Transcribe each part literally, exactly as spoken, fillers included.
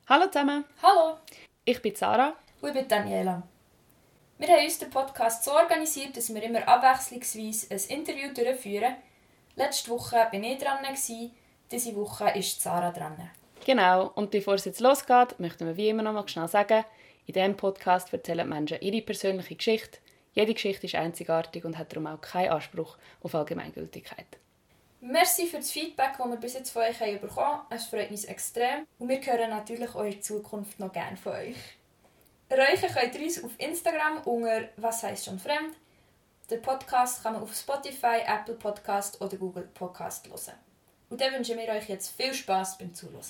Hallo zusammen, Hallo, ich bin Sarah. und ich bin Daniela. Wir haben uns den Podcast so organisiert, dass wir immer abwechslungsweise ein Interview durchführen. Letzte Woche war ich dran, diese Woche ist Sarah dran. Genau, und bevor es jetzt losgeht, möchten wir wie immer noch mal schnell sagen, in diesem Podcast erzählen Menschen ihre persönliche Geschichte. Jede Geschichte ist einzigartig und hat darum auch keinen Anspruch auf Allgemeingültigkeit. Merci für das Feedback, das wir bis jetzt von euch bekommen haben. Es freut uns extrem. Und wir hören natürlich auch in Zukunft noch gerne von euch. Erreichen könnt ihr uns auf Instagram unter «Was heisst schon fremd?». Den Podcast kann man auf Spotify, Apple Podcast oder Google Podcast hören. Und dann wünschen wir euch jetzt viel Spass beim Zuhören.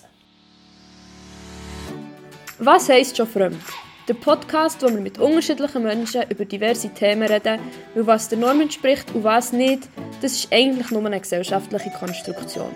«Was heisst schon fremd?» Der Podcast, wo wir mit unterschiedlichen Menschen über diverse Themen reden, weil was der Norm entspricht und was nicht, das ist eigentlich nur eine gesellschaftliche Konstruktion.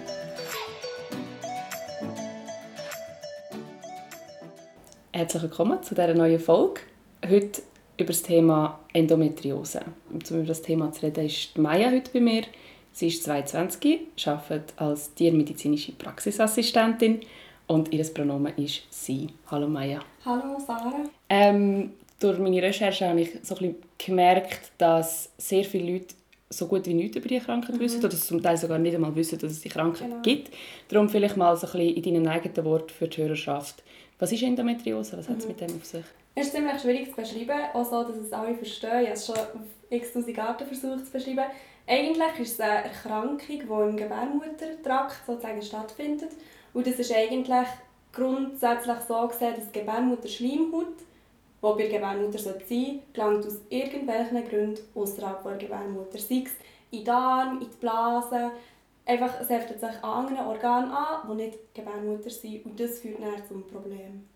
Herzlich willkommen zu dieser neuen Folge. Heute über das Thema Endometriose. Um über das Thema zu reden, ist Maja heute bei mir. Sie ist zweiundzwanzig, arbeitet als tiermedizinische Praxisassistentin und ihr Pronomen ist sie. Hallo Maja. Hallo Sarah. Ähm, durch meine Recherche habe ich so ein bisschen gemerkt, dass sehr viele Leute so gut wie nichts über die Krankheit mhm. wissen oder zum Teil sogar nicht einmal wissen, dass es die Krankheit genau. gibt. Darum vielleicht mal so ein bisschen in deinen eigenen Worten für die Hörerschaft. Was ist Endometriose? Was mhm. hat es mit dem auf sich? Es ist ziemlich schwierig zu beschreiben, auch so, dass es alle verstehen. Ich habe es schon auf x-tausend Arten versucht zu beschreiben. Eigentlich ist es eine Erkrankung, die im Gebärmuttertrakt sozusagen stattfindet. Und das ist eigentlich grundsätzlich so gesehen, dass die Gebärmutterschleimhaut, die bei der Gebärmutter sein sollte, gelangt aus irgendwelchen Gründen außerhalb der Gebärmutter. Sei es in den Darm, in die Blase. Einfach, es heftet sich an anderen Organen an, die nicht Gebärmutter sind. Und das führt dann zum Problem.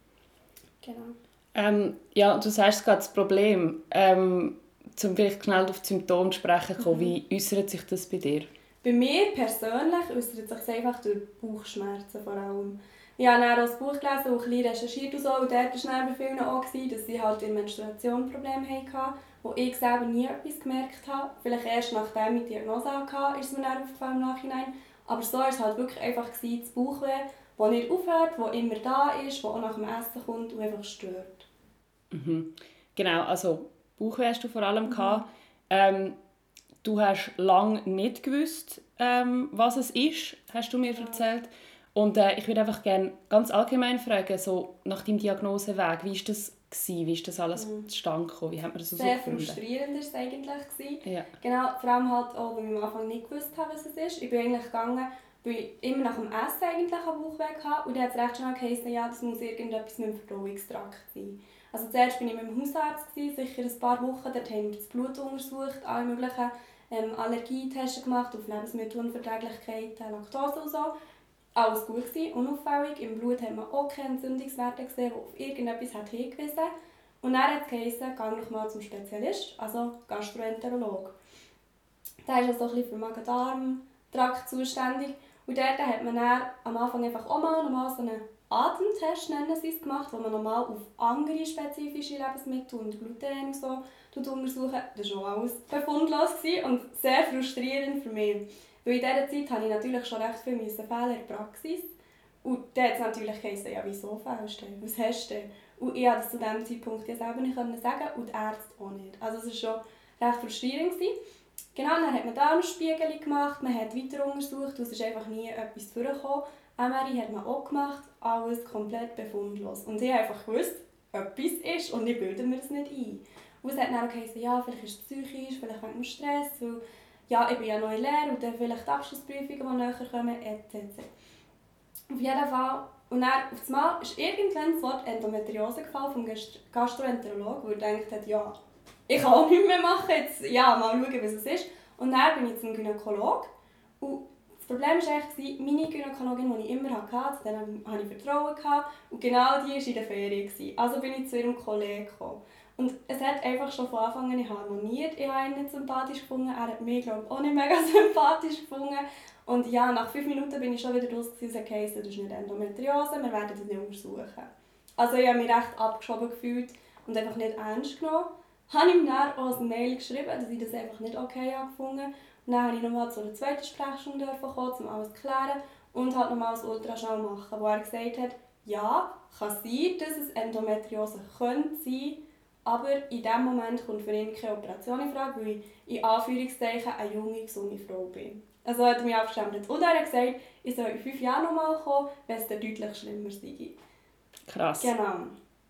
Genau. Ähm, ja, du sagst gerade das Problem. Ähm, um vielleicht schnell auf die Symptome zu sprechen kommen, mhm. wie äußert sich das bei dir? Bei mir persönlich äußert sich einfach durch Bauchschmerzen vor allem. Ich habe dann auch das Buch gelesen und ein bisschen recherchiert und so, und dort war dann bei vielen auch, dass sie halt in Menstruation Probleme hatten, wo ich selber nie etwas gemerkt habe. Vielleicht erst nachdem ich die Diagnose hatte, ist es mir dann aufgefallen im Nachhinein. Aber so war es halt wirklich einfach das Bauchweh, das nicht aufhört, das immer da ist, das auch nach dem Essen kommt und einfach stört. Mhm. Genau, also Bauchweh hast du vor allem mhm. gehabt. Ähm, du hast lange nicht gewusst, ähm, was es ist, hast du mir ja. erzählt. Und äh, ich würde einfach gerne ganz allgemein fragen, so nach deinem Diagnoseweg, wie war das gewesen? Wie ist das alles mhm. zustande gekommen? Wie hat man das so Sehr gefunden? frustrierend war es eigentlich. Ja. Genau, vor allem halt auch, weil ich am Anfang nicht gewusst habe, was es ist. Ich bin eigentlich gegangen, weil ich immer nach dem Essen eigentlich einen Bauchweh hatte. Und dann hat es recht schnell geheißen, ja, das muss irgendetwas mit dem Verdauungstrakt sein. Also zuerst war ich mit dem Hausarzt, sicher ein paar Wochen. Dort haben wir das Blut untersucht, alle möglichen ähm, Allergietests gemacht auf Lebensmittelunverträglichkeiten, Laktose und so. Alles gut gewesen, unauffällig. Im Blut hat man auch keine Entzündungswerte gesehen, die auf irgendetwas hat hingewiesen. Und dann hat es geheißen, geh noch mal zum Spezialist, also Gastroenterolog. Der ist also ein bisschen für Magen-Darm-Trakt zuständig. Und dort hat man dann am Anfang einfach auch mal nochmal so einen Atemtest nennen sie es, gemacht, wo man nochmal auf andere spezifische Lebensmittel und Gluten und so untersuchen. Das war auch alles befundlos und sehr frustrierend für mich. Weil in dieser Zeit musste ich natürlich schon recht viel Fehler in der Praxis. Und dann hat es natürlich geheißen, ja, wieso fehlst du? Was hast du? Und ich konnte das zu diesem Zeitpunkt ja selber nicht sagen und die Ärzte auch nicht. Also es war schon recht frustrierend. Genau, dann hat man Darmspiegel gemacht, man hat weiter untersucht und es ist einfach nie etwas vorgekommen. M R I hat man auch gemacht, alles komplett befundlos. Und ich habe einfach gewusst, etwas ist und ich bilde mir das nicht ein. Und es hat dann auch geheißen, ja, vielleicht ist es psychisch, vielleicht wegen dem Stress, weil ja, ich bin ja noch in Lehre und dann vielleicht die Abschlussprüfungen, die näher kommen, et cetera. Auf jeden Fall. Und dann auf das Mal ist irgendwann das Wort Endometriose gefallen vom Gastroenterolog, weil er gedacht hat, ja, ich kann auch nichts mehr machen, jetzt ja, mal schauen, was es ist. Und dann bin ich zum Gynäkolog. Und das Problem war eigentlich, meine Gynäkologin, die ich immer hatte, zu der hatte ich Vertrauen. Und genau die war in der Ferien. Also bin ich zu ihrem Kollegen gekommen. Und es hat einfach schon von Anfang an harmoniert. Ich habe ihn nicht sympathisch gefunden, er hat mich, glaube ich, auch nicht mega sympathisch gefunden. Und ja, nach fünf Minuten bin ich schon wieder raus und sagte, okay, das ist nicht Endometriose, wir werden das nicht untersuchen. Also ich habe mich recht abgeschoben gefühlt und einfach nicht ernst genommen. Ich habe ihm dann auch eine Mail geschrieben, dass ich das einfach nicht okay gefunden habe. Und dann durfte ich nochmal zu einer zweiten Sprechstunde kommen, um alles zu klären und halt nochmal ein Ultraschall machen, wo er gesagt hat, ja, kann sein, dass es Endometriose könnte sein, aber in diesem Moment kommt für ihn keine Operation in Frage, weil ich in Anführungszeichen eine junge, gesunde Frau bin. Also hat er mich abgestempelt. Und er hat gesagt, ich soll in fünf Jahren nochmal kommen, wenn es dann deutlich schlimmer sei. Krass. Genau.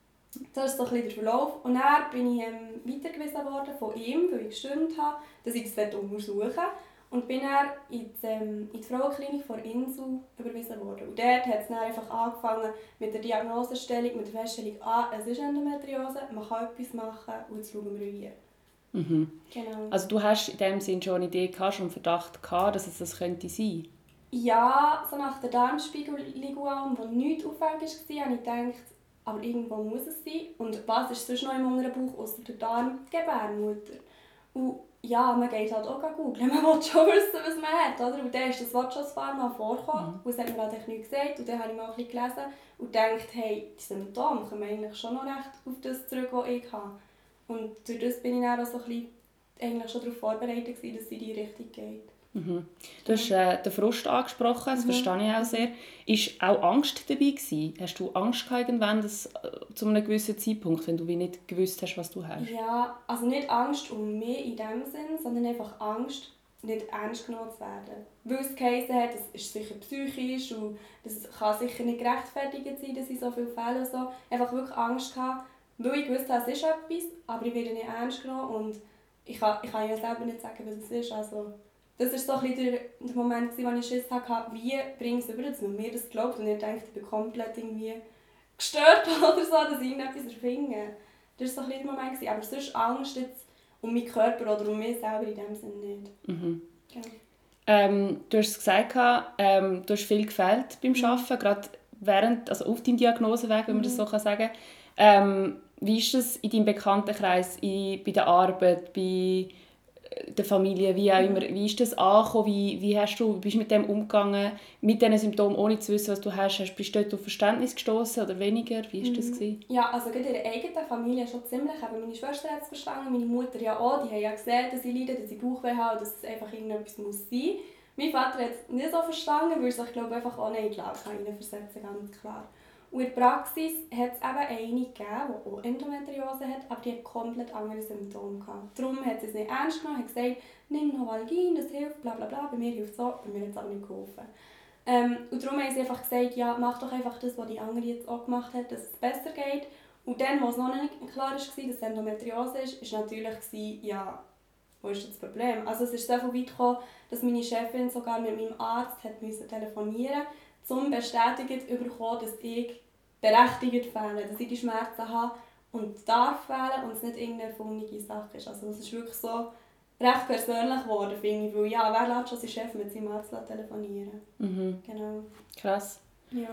Das ist so ein bisschen der Verlauf. Und dann bin ich ähm, weitergewiesen worden von ihm, weil ich gestimmt habe, dass ich das untersuchen will. Und bin dann in die, ähm, in die Frauenklinik von Insel überwiesen worden. Und dort hat es dann einfach angefangen mit der Diagnosestellung, mit der Feststellung, ah, es ist Endometriose, man kann etwas machen und jetzt schauen wir hier. Mhm. Genau. Also du hast in dem Sinne schon eine Idee gehabt, schon einen Verdacht gehabt, dass es das könnte sein? Ja, so nach der Darmspiegelung, wo nichts auffällig war, habe ich gedacht, aber irgendwo muss es sein. Und was ist sonst noch im unteren Bauch, ausser der Darm? Die Gebärmutter. Und ja, man geht halt auch googeln, man will schon wissen, was man hat. Oder? Und dann ist das Wort schon ein paar Mal vorgekommen mhm. und es hat mir halt nichts gesagt. Und dann habe ich mal ein bisschen gelesen und gedacht, hey, die Symptome kommen eigentlich schon noch recht auf das zurück, was ich habe. Und durch das bin ich dann auch so ein bisschen eigentlich schon darauf vorbereitet gewesen, dass es in die Richtung geht. Mhm. Du hast äh, den Frust angesprochen, das mhm. verstehe ich auch sehr. Ist auch Angst dabei gewesen? Hast du Angst gehabt, irgendwann, dass, äh, zu einem gewissen Zeitpunkt, wenn du nicht gewusst hast, was du hast? Ja, also nicht Angst um mich in dem Sinn, sondern einfach Angst, nicht ernst genommen zu werden. Weil es geheißen hat, es ist sicher psychisch und das kann sicher nicht gerechtfertigt sein, dass ich so viele Fälle und so. Einfach wirklich Angst gehabt, weil ich wusste, es ist etwas, aber ich werde nicht ernst genommen und ich kann, ich kann ja selber nicht sagen, was es ist. Also, das war so ein bisschen der, der Moment, wo ich Schiss hatte, wie bringe ich es über, dass man mir das glaubt und ich denke, ich bin komplett irgendwie gestört oder so, dass ich irgendetwas erfinde. Das war so ein bisschen der Moment. Aber sonst Angst jetzt um meinen Körper oder um mich selber in dem Sinne nicht. Mhm. Genau. Ähm, du hast es gesagt, ähm, du hast viel gefehlt beim Arbeiten, gerade während, also auf deinem Diagnoseweg, wenn man das so sagen kann. Ähm, wie ist es in deinem Bekanntenkreis, in, bei der Arbeit, bei der Familie, wie auch immer, wie ist das angekommen, wie, wie hast du, bist du mit dem umgegangen, mit diesen Symptomen, ohne zu wissen, was du hast, hast bist du dort auf Verständnis gestoßen oder weniger, wie war das gewesen? Ja, also gerade in der eigenen Familie schon ziemlich, aber meine Schwester hat es verstanden, meine Mutter ja auch, die haben ja gesehen, dass ich leide, dass ich Bauchweh habe, dass es einfach irgendetwas muss sein. Mein Vater hat es nicht so verstanden, weil er sich, glaube ich, einfach auch nicht in die Lage hineinversetzen kann, ganz klar. Und in der Praxis hat es eben eine gegeben, die auch Endometriose hat, aber die hat komplett andere Symptome gehabt. Darum hat sie es nicht ernst genommen, hat gesagt, nimm Novalgin, das hilft, bla bla bla, bei mir hilft es auch, bei mir hat es aber nicht geholfen. Ähm, und darum haben sie einfach gesagt, ja, mach doch einfach das, was die andere jetzt auch gemacht hat, dass es besser geht. Und dann, als es noch nicht klar war, dass es Endometriose ist, war natürlich, ja, wo ist das Problem? Also es ist so weit gekommen, dass meine Chefin sogar mit meinem Arzt hat telefonieren musste, um bestätigt zu bekommen, dass ich berechtigt fehle, dass ich die Schmerzen habe und darf fehlen und es nicht irgendeine erfundene Sache ist. Also es ist wirklich so recht persönlich geworden, finde ich, weil ja, wer lässt schon seinen Chef mit seinem Arzt telefonieren? Mhm. Genau. Krass. Ja.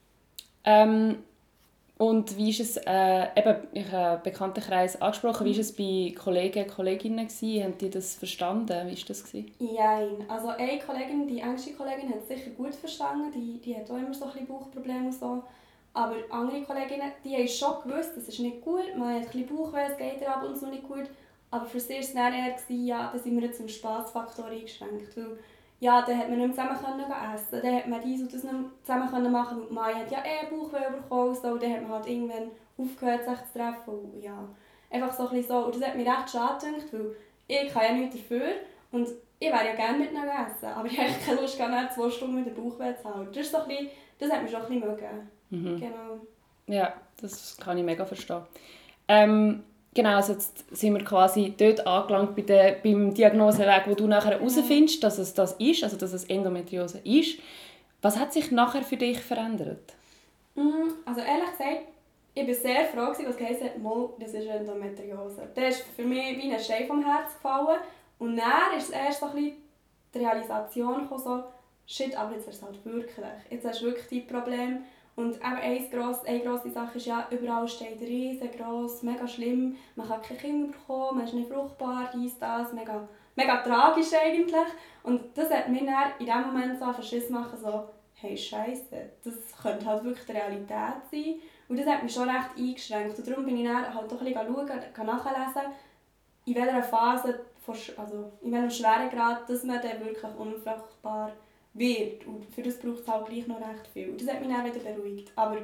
Ähm, und wie ist es, äh, eben, ich habe einen Bekanntenkreis angesprochen, wie war es bei Kollegen und Kolleginnen gewesen? Haben die das verstanden? Wie war das gewesen? Nein, also eine Kollegin, die engste Kollegin, hat es sicher gut verstanden, die, die hat auch immer so ein bisschen Bauchprobleme und so. Aber andere Kolleginnen, die haben schon gewusst, das ist nicht gut, man hat ein bisschen Bauchweh, es geht ab und zu nicht gut. Aber für sie war es dann eher, ja, da sind wir zum Spassfaktor eingeschränkt. Weil, ja, dann hat man nicht mehr zusammen essen, dann hat man dies und das nicht mehr zusammen machen, weil die Mai hat ja eh Bauchweh bekommen, so, und dann hat man halt irgendwann aufgehört, sich zu treffen. Und, ja, einfach so ein bisschen so. Und das hat mich recht schade gedacht, weil ich kann ja nichts dafür und ich wäre ja gerne mit ihnen essen, aber ich habe keine Lust, gar nicht zwei Stunden mit dem Bauchweh zu halten. Das, ist so ein bisschen, das hat mich schon ein bisschen mögen. Mhm. Genau. Ja, das kann ich mega verstehen. Ähm, genau, also jetzt sind wir quasi dort angelangt bei der, beim Diagnoseweg, wo du nachher herausfindest, dass es das ist, also dass es Endometriose ist. Was hat sich nachher für dich verändert? Also ehrlich gesagt, ich war sehr froh, als es geheißen hat, das ist Endometriose. Das ist für mich wie ein Stein vom Herz gefallen. Und dann ist es erst so ein bisschen die Realisation gekommen, so, shit, aber jetzt ist es halt wirklich. Jetzt hast du wirklich die Probleme. Und eben eine grosse, eine grosse Sache ist ja, überall steht riesengroß, mega schlimm, man kann keine Kinder bekommen, man ist nicht fruchtbar, dies, das, mega, mega tragisch eigentlich. Und das hat mir dann in dem Moment so einen Schiss machen, so, hey Scheisse, das könnte halt wirklich die Realität sein. Und das hat mich schon recht eingeschränkt. Und darum bin ich dann halt doch ein bisschen schauen, nachlesen, in welcher Phase, also in welchem Schweregrad, dass man dann wirklich unfruchtbar wird. Und für das braucht es halt gleich noch recht viel. Das hat mich dann wieder beruhigt. Aber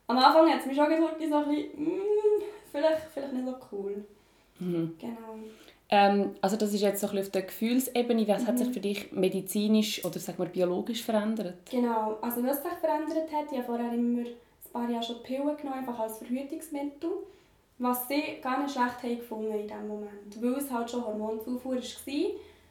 am Anfang hat es mich schon wirklich so ein bisschen, mm, vielleicht, vielleicht nicht so cool. Mhm. Genau. Ähm, also das ist jetzt so ein bisschen auf der Gefühlsebene. Was Mhm. hat sich für dich medizinisch oder sagen wir biologisch verändert? Genau, also was sich verändert hat, ich habe vorher immer ein paar Jahre schon Pillen genommen, einfach als Verhütungsmittel, was sie gar nicht schlecht haben gefunden in diesem Moment, weil es halt schon Hormonzufuhr war.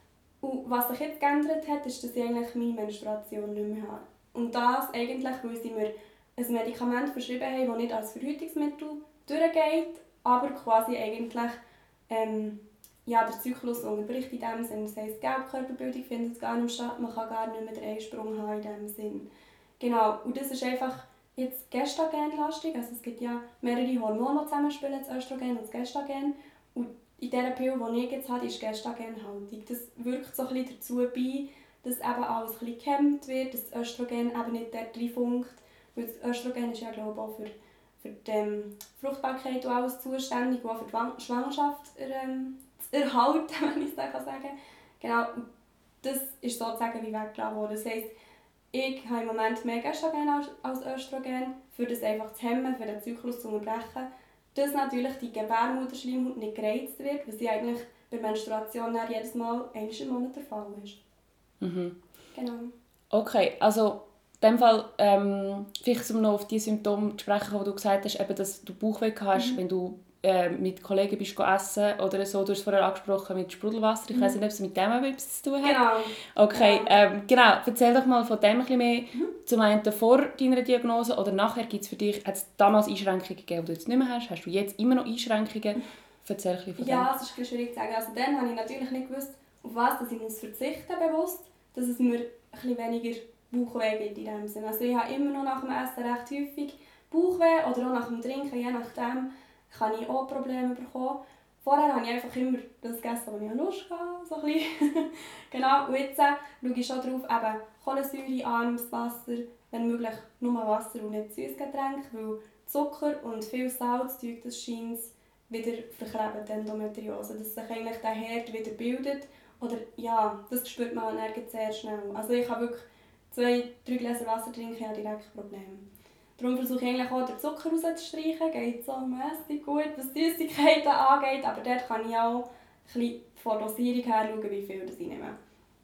Und was sich jetzt geändert hat, ist, dass ich eigentlich meine Menstruation nicht mehr habe. Und das eigentlich, weil sie mir ein Medikament verschrieben haben, das nicht als Verhütungsmittel durchgeht, aber quasi eigentlich ähm, ja, der Zyklus unterbricht in dem Sinn. Das heisst, die Gelbkörperbildung findet gar nicht statt, man kann gar nicht mehr den Eisprung haben in dem Sinn. Genau, und das ist einfach jetzt gestagenlastig, also es gibt ja mehrere Hormone, die zusammenspielen, das Östrogen und das Gestagen. Und in dieser Pille, die ich jetzt habe, ist Gestagenhaltung. Das wirkt so ein bisschen dazu bei, dass eben alles ein bisschen gehemmt wird, dass das Östrogen eben nicht dort reinfunkt. Weil das Östrogen ist ja, glaube ich, auch für, für die ähm, Fruchtbarkeit und alles zuständig, und auch für die Schwangerschaft ähm, zu erhalten, wenn ich es sagen kann. Genau, das ist sozusagen wie weggelassen worden. Das heisst, ich habe im Moment mehr Gestagen als, als Östrogen, für das einfach zu hemmen, für den Zyklus zu unterbrechen. Dass natürlich die Gebärmutterschleimhaut nicht gereizt wird, was ja eigentlich bei Menstruation jedes Mal einmal im Monat der Fall ist. Mhm. Genau. Okay, also in dem Fall, ähm, vielleicht um noch auf die Symptome zu sprechen, wo du gesagt hast, eben, dass du Bauchweh hast, mhm. wenn du äh, mit Kollegen bist essen oder so. Du hast es vorher angesprochen mit Sprudelwasser. Ich mhm. weiss nicht, ob es mit dem etwas zu tun hat. Genau. Okay, ja. ähm, genau. Erzähl doch mal von dem ein bisschen mehr. Mhm. Zum einen vor deiner Diagnose oder nachher gibt es für dich, hat es damals Einschränkungen gegeben, die du jetzt nicht mehr hast? Hast du jetzt immer noch Einschränkungen? Erzähl ein bisschen von dem. Ja, es ist ein bisschen schwierig zu sagen. Also dann habe ich natürlich nicht gewusst, auf was dass ich muss verzichten muss, bewusst, dass es mir ein bisschen weniger Bauchweh gibt in dem Sinne. Also ich habe immer noch nach dem Essen recht häufig Bauchweh oder auch nach dem Trinken, je nachdem kann ich auch Probleme bekommen. Vorher habe ich einfach immer das gegessen, was ich Lust hatte, so ein bisschen. Genau, und jetzt äh, schaue ich schon darauf, eben kohlensäurearmes Wasser, wenn möglich nur Wasser und nicht Süßgetränk, weil Zucker und viel Salz, das scheint wieder verkleben, die Endometriose, dass sich eigentlich der Herd wieder bildet. Oder ja, das spürt man dann sehr schnell. Also ich habe wirklich zwei, drei Gläser Wasser trinken, ich habe direkt Probleme. Darum versuche ich eigentlich auch den Zucker rauszustreichen, geht so mässig gut, was Süßigkeiten angeht, aber dort kann ich auch ein bisschen von der Dosierung her schauen, wie viel ich nehme.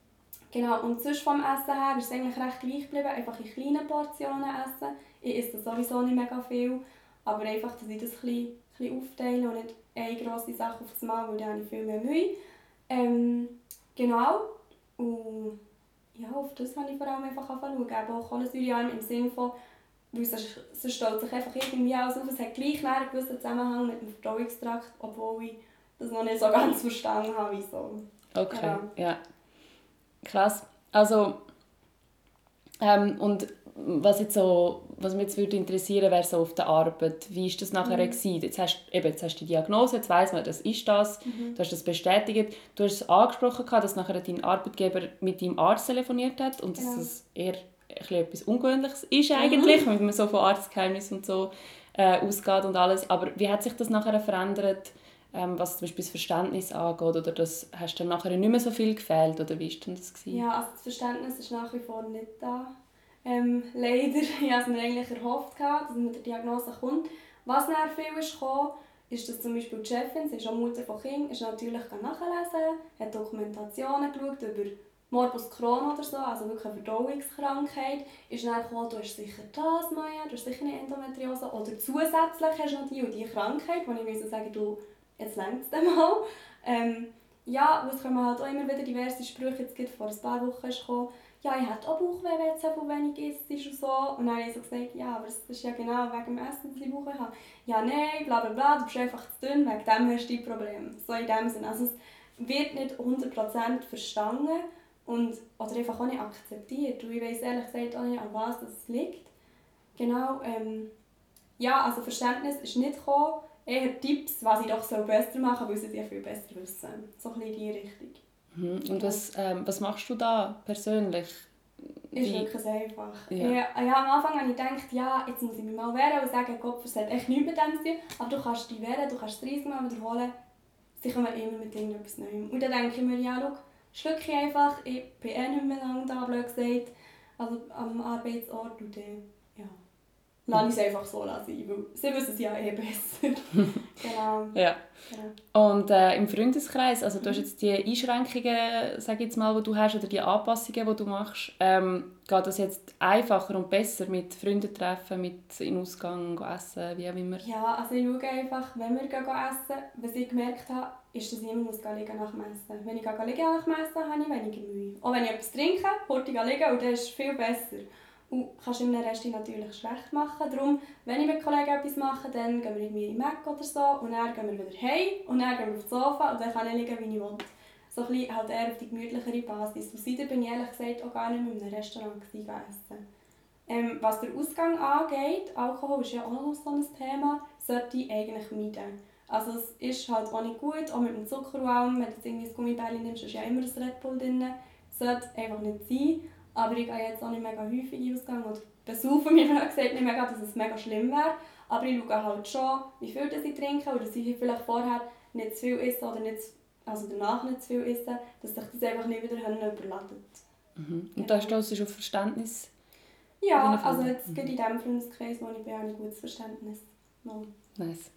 Genau, und sonst vom Essen her ist es eigentlich recht gleich geblieben, einfach in kleinen Portionen essen. Ich esse sowieso nicht mega viel, aber einfach, dass ich das ein bisschen, ein bisschen aufteile und nicht eine grosse Sache auf das Mal, weil dann habe ich viel mehr Mühe. Ähm, genau, und ja, auf das habe ich vor allem einfach angefangen zu schauen, eben auch kohlensäurearm im Sinne von, weil es, es stellt sich einfach irgendwie alles auf, es hat gleich einen gewissen Zusammenhang mit dem Verdauungstrakt, obwohl ich das noch nicht so ganz verstanden habe, wieso. Okay, ja. ja. Krass. Also, ähm, und was, jetzt so, was mich jetzt würde interessieren, wäre so auf der Arbeit. Wie war das nachher? Mhm. Gewesen? Jetzt hast, eben, jetzt hast du die Diagnose, jetzt weiss man, das ist das. Mhm. Du hast das bestätigt. Du hast es angesprochen, dass nachher dein Arbeitgeber mit deinem Arzt telefoniert hat und genau. dass es eher etwas Ungewöhnliches ist eigentlich, mhm. wenn man so von Arztgeheimnissen und so äh, ausgeht und alles. Aber wie hat sich das nachher verändert, ähm, was zum Beispiel das Verständnis angeht? Oder das, hast du dann nachher nicht mehr so viel gefehlt? Oder wie war denn das gewesen? Ja, also das Verständnis ist nach wie vor nicht da. Ähm, leider, ich hatte es mir eigentlich erhofft, dass mit der Diagnose kommt. Was nachher viel ist gekommen, ist, dass zum Beispiel die Chefin, sie ist auch Mutter von Kindern, ist natürlich nachlesen, hat Dokumentationen geschaut über Morbus Crohn oder so, also wirklich eine Verdauungskrankheit, ist dann gekommen, du hast sicher das, Maja, du hast sicher eine Endometriose oder zusätzlich hast du noch die und die Krankheit, wo ich muss sagen, du, jetzt reicht es dann mal. Ähm, ja, es kommen halt auch immer wieder diverse Sprüche, jetzt gerade vor ein paar Wochen ist gekommen, ja, ich hätte auch Bauchweh, wenn es so wenig isst und so. Und dann habe ich so gesagt, ja, aber das ist ja genau wegen dem Essen, dass ich Bauchweh habe. Ja, nein, bla bla bla, du bist einfach zu dünn, wegen dem hast du die Probleme. So in dem Sinne. Also es wird nicht hundert Prozent verstanden und, oder einfach auch nicht akzeptiert. Und ich weiss ehrlich gesagt auch nicht, an was das liegt. Genau, ähm, ja, also Verständnis ist nicht gekommen, eher Tipps, was ich doch so besser machen soll, weil sie ja viel besser wissen. So ein bisschen in die Richtung. Mhm. Und was, ähm, was machst du da persönlich? Ist wirklich einfach. Ja. Ja, ja, am Anfang habe ich gedacht, ja, jetzt muss ich mich mal wehren und sagen, Gott, es hat echt nichts mit dem zu tun. Aber du kannst dich wehren, du kannst es dreißig Mal wiederholen. Sie kommen immer mit irgendetwas Neuem. Und dann denke ich mir, ja, schau, schlucke ich einfach, ich bin eh nicht mehr lange da, blöd gesagt, also am Arbeitsort. Und dann, ja, lasse ich es einfach so sein, weil sie wissen es ja eh besser. Genau. Ja. Genau. Und äh, im Freundeskreis, also du hast jetzt die Einschränkungen, sag ich jetzt mal, die du hast, oder die Anpassungen, die du machst, ähm, geht das jetzt einfacher und besser mit Freunden treffen, mit in Ausgang essen, wie auch immer? Ja, also ich schaue einfach, wenn wir gehen essen, was ich gemerkt habe, ist, dass ich immer muss liegen nach dem Essen. Wenn ich liegen nach dem Essen habe ich weniger Mühe. Auch wenn ich etwas trinke, hurtig liegen und das ist viel besser. Und kannst im Rest natürlich schlecht machen. Darum, wenn ich mit Kollegen etwas mache, dann gehen wir irgendwie in den Mac oder so und dann gehen wir wieder heim und dann gehen wir aufs Sofa und dann kann ich liegen, wie ich will. So ein bisschen halt eher auf die gemütlichere Basis. Und seitdem bin ich ehrlich gesagt auch gar nicht mehr in einem Restaurant essen. Ähm, was den Ausgang angeht, Alkohol ist ja auch noch so ein Thema, sollte ich eigentlich meiden. Also es ist halt auch nicht gut, auch mit dem Zucker und allem, wenn du jetzt irgendwie ein Gummibärchen nimmst, ist ja immer ein Red Bull drin. Sollte einfach nicht sein. Aber ich gehe jetzt auch nicht mega häufig in den Ausgang und besaufe mir gesagt nicht mega, dass es mega schlimm wäre. Aber ich schaue halt schon, wie viel ich trinke oder dass ich vielleicht vorher nicht zu viel esse oder nicht, also danach nicht zu viel esse, dass sich das einfach nicht wieder überladet. Mhm. Und da stößt du auf Verständnis? Ja, also jetzt geht in dem Freundeskreis, wo ich bin, habe ich gutes Verständnis. No. Nice.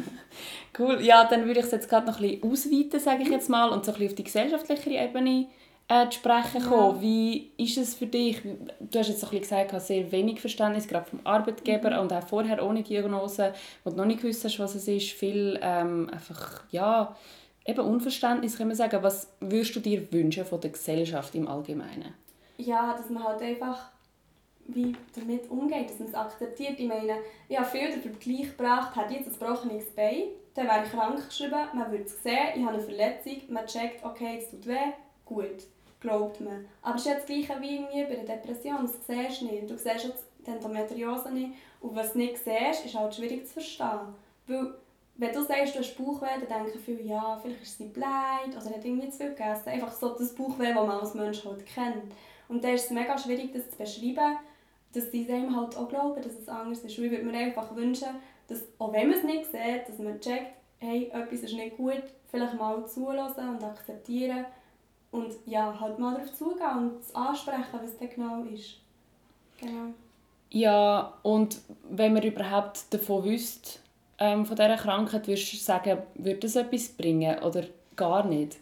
Cool. Ja, dann würde ich es jetzt gerade noch ein bisschen ausweiten, sage ich jetzt mal, und so ein bisschen auf die gesellschaftliche Ebene äh, zu sprechen kommen. Ja. Wie ist es für dich? Du hast jetzt so ein bisschen gesagt, du hast sehr wenig Verständnis, gerade vom Arbeitgeber mhm. und auch vorher ohne Diagnose, wo du noch nicht gewusst hast, was es ist. Viel ähm, einfach, ja, eben Unverständnis, kann man sagen. Was würdest du dir wünschen von der Gesellschaft im Allgemeinen? Ja, dass man halt einfach wie damit umgeht, dass man es akzeptiert. Ich meine, ich habe viel den Vergleich gebracht, hätte jetzt ein gebrochenes Bein, dann wäre ich krank geschrieben, man würde es sehen, ich habe eine Verletzung, man checkt, okay, es tut weh, gut, glaubt man. Aber es ist ja das Gleiche wie irgendwie bei einer Depression, das siehst du nicht. Du siehst die Endometriose nicht und was du nicht siehst, ist halt schwierig zu verstehen. Weil, wenn du sagst, du hast Bauchweh, dann denken viele, ja, vielleicht ist sie bleidt oder hat irgendwie zu viel gegessen. Einfach so das Bauchweh, das man als Mensch halt kennt. Und da ist es mega schwierig, das zu beschreiben, dass sie einem halt auch glauben, dass es anders ist. Und ich würde mir einfach wünschen, dass, auch wenn man es nicht sieht, dass man checkt, hey, etwas ist nicht gut, vielleicht mal zulassen und akzeptieren und ja, halt mal darauf zugehen und es ansprechen, was das genau ist. Genau. Ja, und wenn man überhaupt davon wüsste, ähm, von dieser Krankheit, würdest du sagen, würde das etwas bringen oder gar nicht?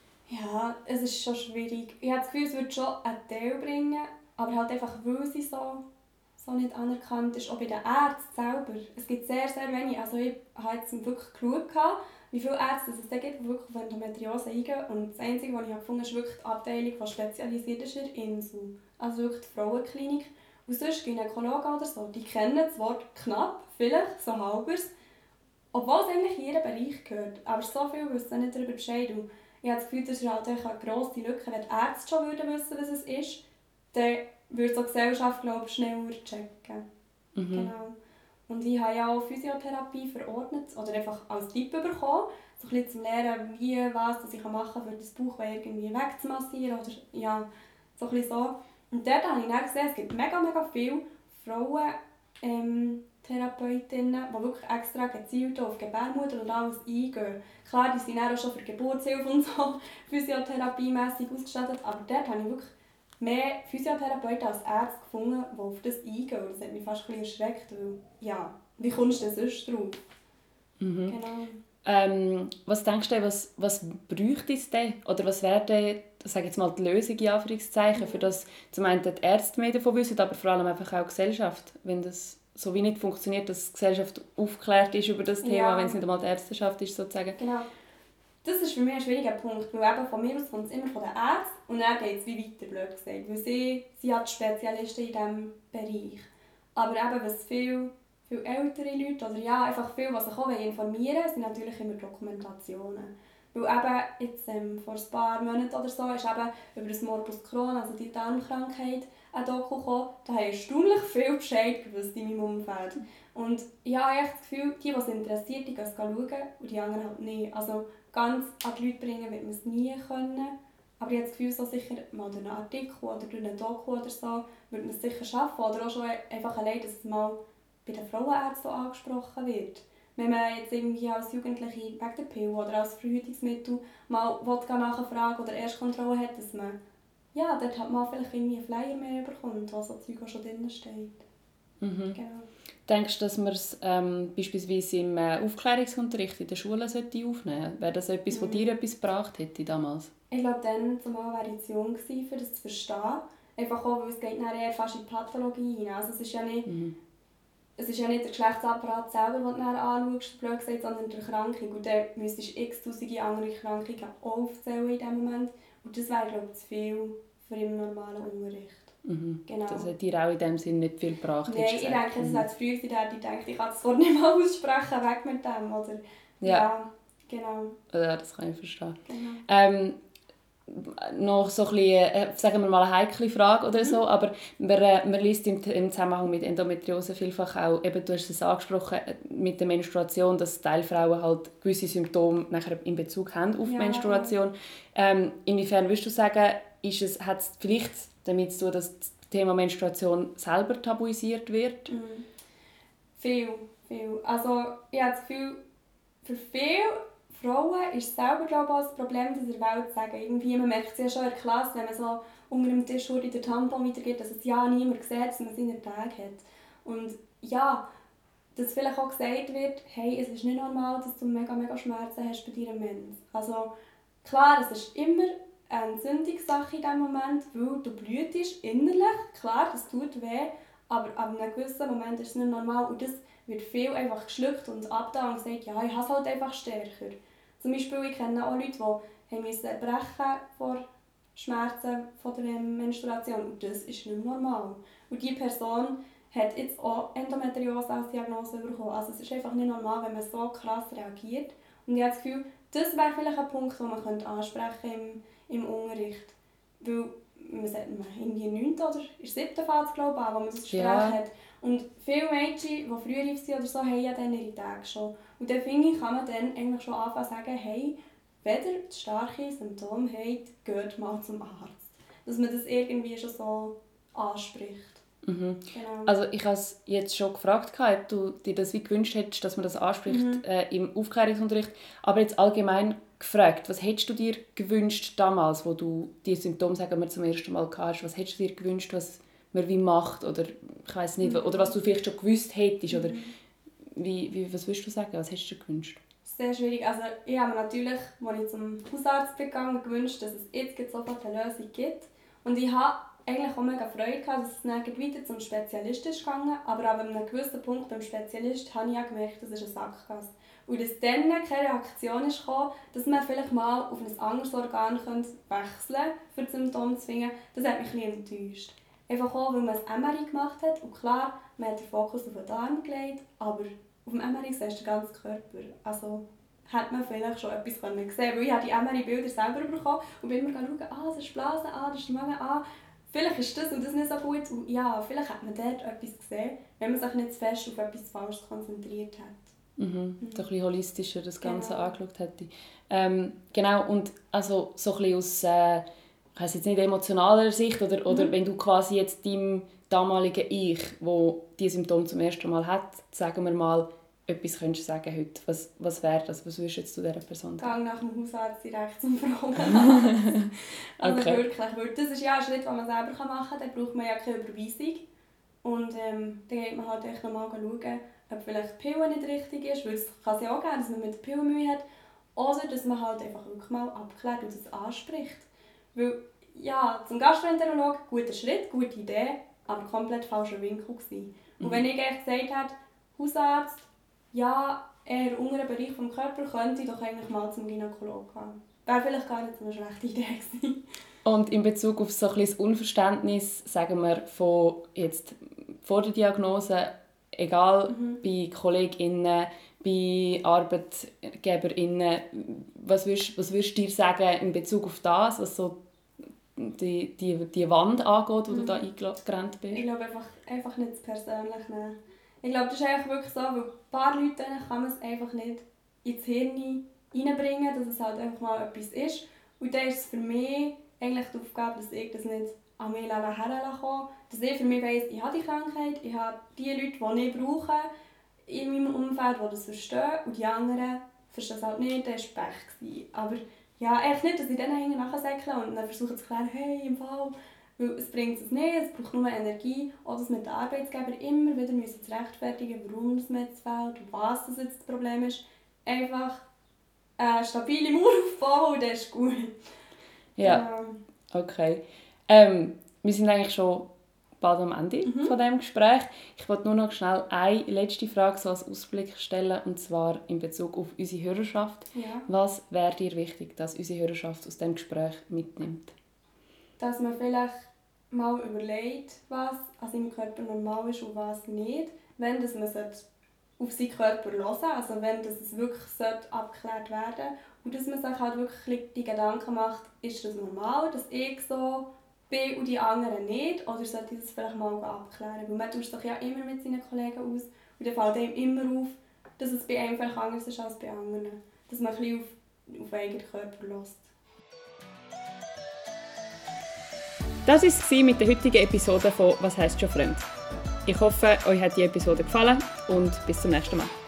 Ja, es ist schon schwierig. Ich habe das Gefühl, es würde schon einen Teil bringen, aber halt einfach, weil sie so, so nicht anerkannt ist, auch bei den Ärzten selber. Es gibt sehr, sehr wenig. Also ich habe jetzt wirklich geschaut, wie viele Ärzte es da gibt, die wirklich auf Endometriose eingehen. Und das Einzige, was ich gefunden habe, ist wirklich die Abteilung, die spezialisiert ist in der Insel. Also wirklich die Frauenklinik. Und sonst Gynäkologen oder so, die kennen das Wort knapp, vielleicht so halbers, obwohl es eigentlich in ihren Bereich gehört. Aber so viel wissen nicht darüber Bescheid. Und ich habe das Gefühl, das ist halt eine grosse Lücke. Wenn die Ärzte schon würden wissen, was es ist, dann würde so die Gesellschaft, glaube ich, schneller checken. Mhm. Genau. Und ich habe ja auch Physiotherapie verordnet, oder einfach als Tipp bekommen, so ein bisschen zu lernen, wie, was dass ich machen kann, für das Bauchweh irgendwie wegzumassieren, oder ja, so ein bisschen so. Und dort habe ich dann gesehen, es gibt mega, mega viele Frauen, ähm, Therapeutinnen, die wirklich extra gezielt auf Gebärmutter und alles eingehen. Klar, die sind auch schon für Geburtshilfe und so physiotherapiemässig ausgestattet, aber dort habe ich wirklich mehr Physiotherapeuten als Ärzte gefunden, die auf das eingehen. Das hat mich fast ein bisschen erschreckt, weil, ja, wie kommst du denn sonst drauf? Mhm. Genau. Ähm, was denkst du, was, was bräuchte es denn? Oder was wäre denn, sage jetzt mal, die Lösung in Anführungszeichen, für das zum einen die Ärzte mehr davon wissen, aber vor allem einfach auch die Gesellschaft, wenn das so wie nicht funktioniert, dass die Gesellschaft aufgeklärt ist über das Thema, ja. Wenn es nicht einmal die Ärzteschaft ist, sozusagen. Genau. Das ist für mich ein schwieriger Punkt, weil eben von mir aus kommt es immer von den Ärzten und dann geht es wie weiter, blöd gesagt, weil sie sind ja die Spezialisten in diesem Bereich. Aber eben, was viele, viele ältere Leute oder ja, einfach viele, die sich auch informieren wollen, sind natürlich immer Dokumentationen. Weil eben jetzt ähm, vor ein paar Monaten oder so ist eben über das Morbus Crohn, also die Darmkrankheit, ein Doku gekommen. Da haben erstaunlich viel Bescheid gewusst in meinem Umfeld. Und ich habe echt das Gefühl, die, die es interessiert, die gehen es schauen und die anderen halt nicht. Also ganz an die Leute bringen wird man es nie können. Aber ich habe das Gefühl, so sicher mal durch einen Artikel oder durch einen Doku oder so, würde man es sicher schaffen. Oder auch schon einfach allein, dass es mal bei den Frauenärzten angesprochen wird. Wenn man jetzt irgendwie als Jugendliche wegen der Pille oder als Verhütungsmittel mal nachfragen oder Erstkontrolle hat, dass man ja, dort hat man vielleicht irgendwie einen Flyer mehr bekommen, wo so Zeug auch schon drin steht. Mhm. Genau. Denkst du, dass man es ähm, beispielsweise im äh, Aufklärungsunterricht in der Schule sollte aufnehmen sollte? Wäre das etwas, was dir etwas gebracht hätte damals? Ich glaube, dann zumal wäre ich zu jung gewesen, um das zu verstehen. Einfach auch, weil es geht dann eher fast in die Pathologie hinein. Also es ist ja nicht, Mhm. es ist ja nicht der Geschlechtsapparat selber, den du dann anschaust, blöd gesagt, sondern die Erkrankung. Und dann müsstest du x-tausende andere Krankheiten auch aufzählen in diesem Moment. Und das wäre, glaube ich, zu viel für im normalen Unterricht. Mhm. Genau. Das hat dir auch in dem Sinne nicht viel gebracht? Nein, ich denke, das wäre zu früh gewesen. Da hätte ich gedacht, ich kann das Wort nicht mal aussprechen, weg mit dem. Oder, Ja. ja, genau. Ja, das kann ich verstehen. genau. Ähm, noch so ein bisschen, äh, sagen wir mal, eine heikle Frage oder so, aber man, äh, man liest im, im Zusammenhang mit Endometriose vielfach auch, eben, du hast es angesprochen, äh, mit der Menstruation, dass Teilfrauen halt gewisse Symptome nachher in Bezug haben auf Ja. Menstruation. Ähm, inwiefern würdest du sagen, ist es, hat es vielleicht damit zu tun, dass das Thema Menstruation selber tabuisiert wird? Mhm. Viel, viel. Also ich habe das Gefühl, für viele Frauen ist es selber, glaube ich, auch das Problem, das in der Welt zu sagen. Irgendwie, man merkt es ja schon in der Klasse, wenn man so unter dem Tisch in der Tampon weitergeht, dass es ja niemand sieht, dass man seine Tage hat. Und ja, dass vielleicht auch gesagt wird, hey, es ist nicht normal, dass du mega, mega Schmerzen hast bei deiner Mens. Also klar, es ist immer eine Entzündungssache in diesem Moment, weil du blütest innerlich. Klar, das tut weh, aber ab einem gewissen Moment ist es nicht normal. Und das wird viel einfach geschluckt und abgetan und gesagt, ja, ich habe es halt einfach stärker. Zum Beispiel, ich kenne auch Leute, die mussten brechen vor Schmerzen von der Menstruation. Und das ist nicht normal. Und diese Person hat jetzt auch Endometriose als Diagnose bekommen. Also es ist einfach nicht normal, wenn man so krass reagiert. Und ich habe das Gefühl, das wäre vielleicht ein Punkt, den man ansprechen könnte im, im Unterricht. Weil man sagt, man irgendwie neunten oder siebten Fall, glaube ich, an, wo man das Gespräch Ja. hat. Und viele Mädchen, die früher reif sind oder so, haben ja dann ihre Tage schon. Und dann finde ich, kann man dann eigentlich schon anfangen zu sagen, hey, wenn ihr starke Symptome habt, geht mal zum Arzt. Dass man das irgendwie schon so anspricht. Mhm. Genau. Also ich habe es jetzt schon gefragt, ob du dir das wie gewünscht hättest, dass man das anspricht Mhm. äh, im Aufklärungsunterricht. Aber jetzt allgemein gefragt, was hättest du dir gewünscht damals, wo du die Symptome, sagen wir, zum ersten Mal hast? Was hättest du dir gewünscht, was man wie macht? Oder ich weiß nicht, Mhm. oder was du vielleicht schon gewusst hättest? Oder Mhm. wie, wie, was würdest du sagen? Was hättest du dir gewünscht? Sehr schwierig. Also ich habe mir natürlich, als ich zum Hausarzt bin gegangen, gewünscht, dass es jetzt sofort eine Lösung gibt. Und ich habe eigentlich auch mega Freude gehabt, dass es dann weiter zum Spezialist ist gegangen. Aber an einem gewissen Punkt beim Spezialist habe ich auch gemerkt, das ist eine Sackgasse. Und dass dann keine Reaktion ist gekommen, dass man vielleicht mal auf ein anderes Organ wechseln könnte, für die Symptome zu finden, das hat mich ein bisschen enttäuscht. Einfach auch, weil man ein M R I gemacht hat. Und klar, man hat den Fokus auf den Darm gelegt, aber auf dem M R I siehst du den ganzen Körper. Also hätte man vielleicht schon etwas sehen können. Weil ich habe die M R I-Bilder selber bekommen und bin immer schauen, ah, das ist Blase, ah, das ist der Magen, ah, vielleicht ist das und das nicht so gut. Und ja, vielleicht hat man dort etwas gesehen, wenn man sich nicht zu fest auf etwas Falsches konzentriert hat. Mhm. Mhm. So ein bisschen holistischer das Ganze Genau. angeschaut hätte. Ähm, genau, und also so ein bisschen aus, äh, ich weiss jetzt nicht, emotionaler Sicht, oder, oder Mhm. wenn du quasi jetzt deinem damaligen Ich, wo die Symptome zum ersten Mal hat, sagen wir mal, etwas könntest du sagen heute, was, was wäre das? Was würdest du jetzt zu dieser Person sagen? Gang nach dem Hausarzt direkt zum Frauenarzt. Also Okay. wirklich, weil das ist ja ein Schritt, den man selber machen kann. Dann braucht man ja keine Überweisung. Und ähm, dann geht man halt echt nochmal schauen, ob vielleicht die Pille nicht richtig ist. Weil es kann es ja auch geben, dass man mit der Pille Mühe hat. Oder dass man halt einfach wirklich mal abklärt und das anspricht. Weil, ja, zum Gastroenterologen, guter Schritt, gute Idee, aber komplett falscher Winkel gewesen. Und Mhm. wenn ich echt gesagt hätte, Hausarzt, ja, eher unteren Bereich des Körpers, könnte ich doch eigentlich mal zum Gynäkologen gehen. Wäre vielleicht gar nicht so eine schlechte Idee gewesen. Und in Bezug auf so ein bisschen das Unverständnis, sagen wir, von jetzt vor der Diagnose, egal Mhm. bei KollegInnen, bei ArbeitgeberInnen, was würdest, was würdest du dir sagen in Bezug auf das, was so die, die, die Wand angeht, wo Mhm. du da eingerannt bist? Ich glaube einfach, einfach nicht zu persönlich nehmen. Ich glaube, das ist eigentlich wirklich so, weil ein paar Leuten kann man es einfach nicht ins Hirn reinbringen, dass es halt einfach mal etwas ist. Und dann ist es für mich eigentlich die Aufgabe, dass ich das nicht an mich herlasse. Dass ich für mich weiss, ich habe die Krankheit, ich habe die Leute, die ich brauche in meinem Umfeld, die das verstehen. Und die anderen verstehen es halt nicht, das war Pech. Aber ja, echt nicht, dass ich denen nachsäckle und dann versuche zu klären, hey, im Fall, Weil es bringt es nicht, es braucht nur Energie. Auch das mit den Arbeitgebern immer wieder müssen zu rechtfertigen, warum es mir jetzt fehlt und was das jetzt das Problem ist. Einfach eine stabile Mauer aufbauen und das ist gut. Ja, Ähm, okay. Ähm, wir sind eigentlich schon bald am Ende mhm. von diesem Gespräch. Ich wollte nur noch schnell eine letzte Frage so als Ausblick stellen, und zwar in Bezug auf unsere Hörerschaft. ja. Was wäre dir wichtig, dass unsere Hörerschaft aus diesem Gespräch mitnimmt? Dass man vielleicht mal überlegt, was an seinem Körper normal ist und was nicht. Wenn das man auf seinen Körper hören sollte, also wenn das es wirklich abgeklärt werden sollte. Und dass man sich halt wirklich die Gedanken macht, ist das normal, dass ich so bin und die anderen nicht? Oder sollte ich das vielleicht mal abklären? Weil man tauscht sich ja immer mit seinen Kollegen aus und dann fällt einem immer auf, dass es bei einem vielleicht anders ist als bei anderen. Dass man ein bisschen auf, auf den eigenen Körper hört. Das war es mit der heutigen Episode von «Was heisst schon fremd?». Ich hoffe, euch hat die Episode gefallen und bis zum nächsten Mal.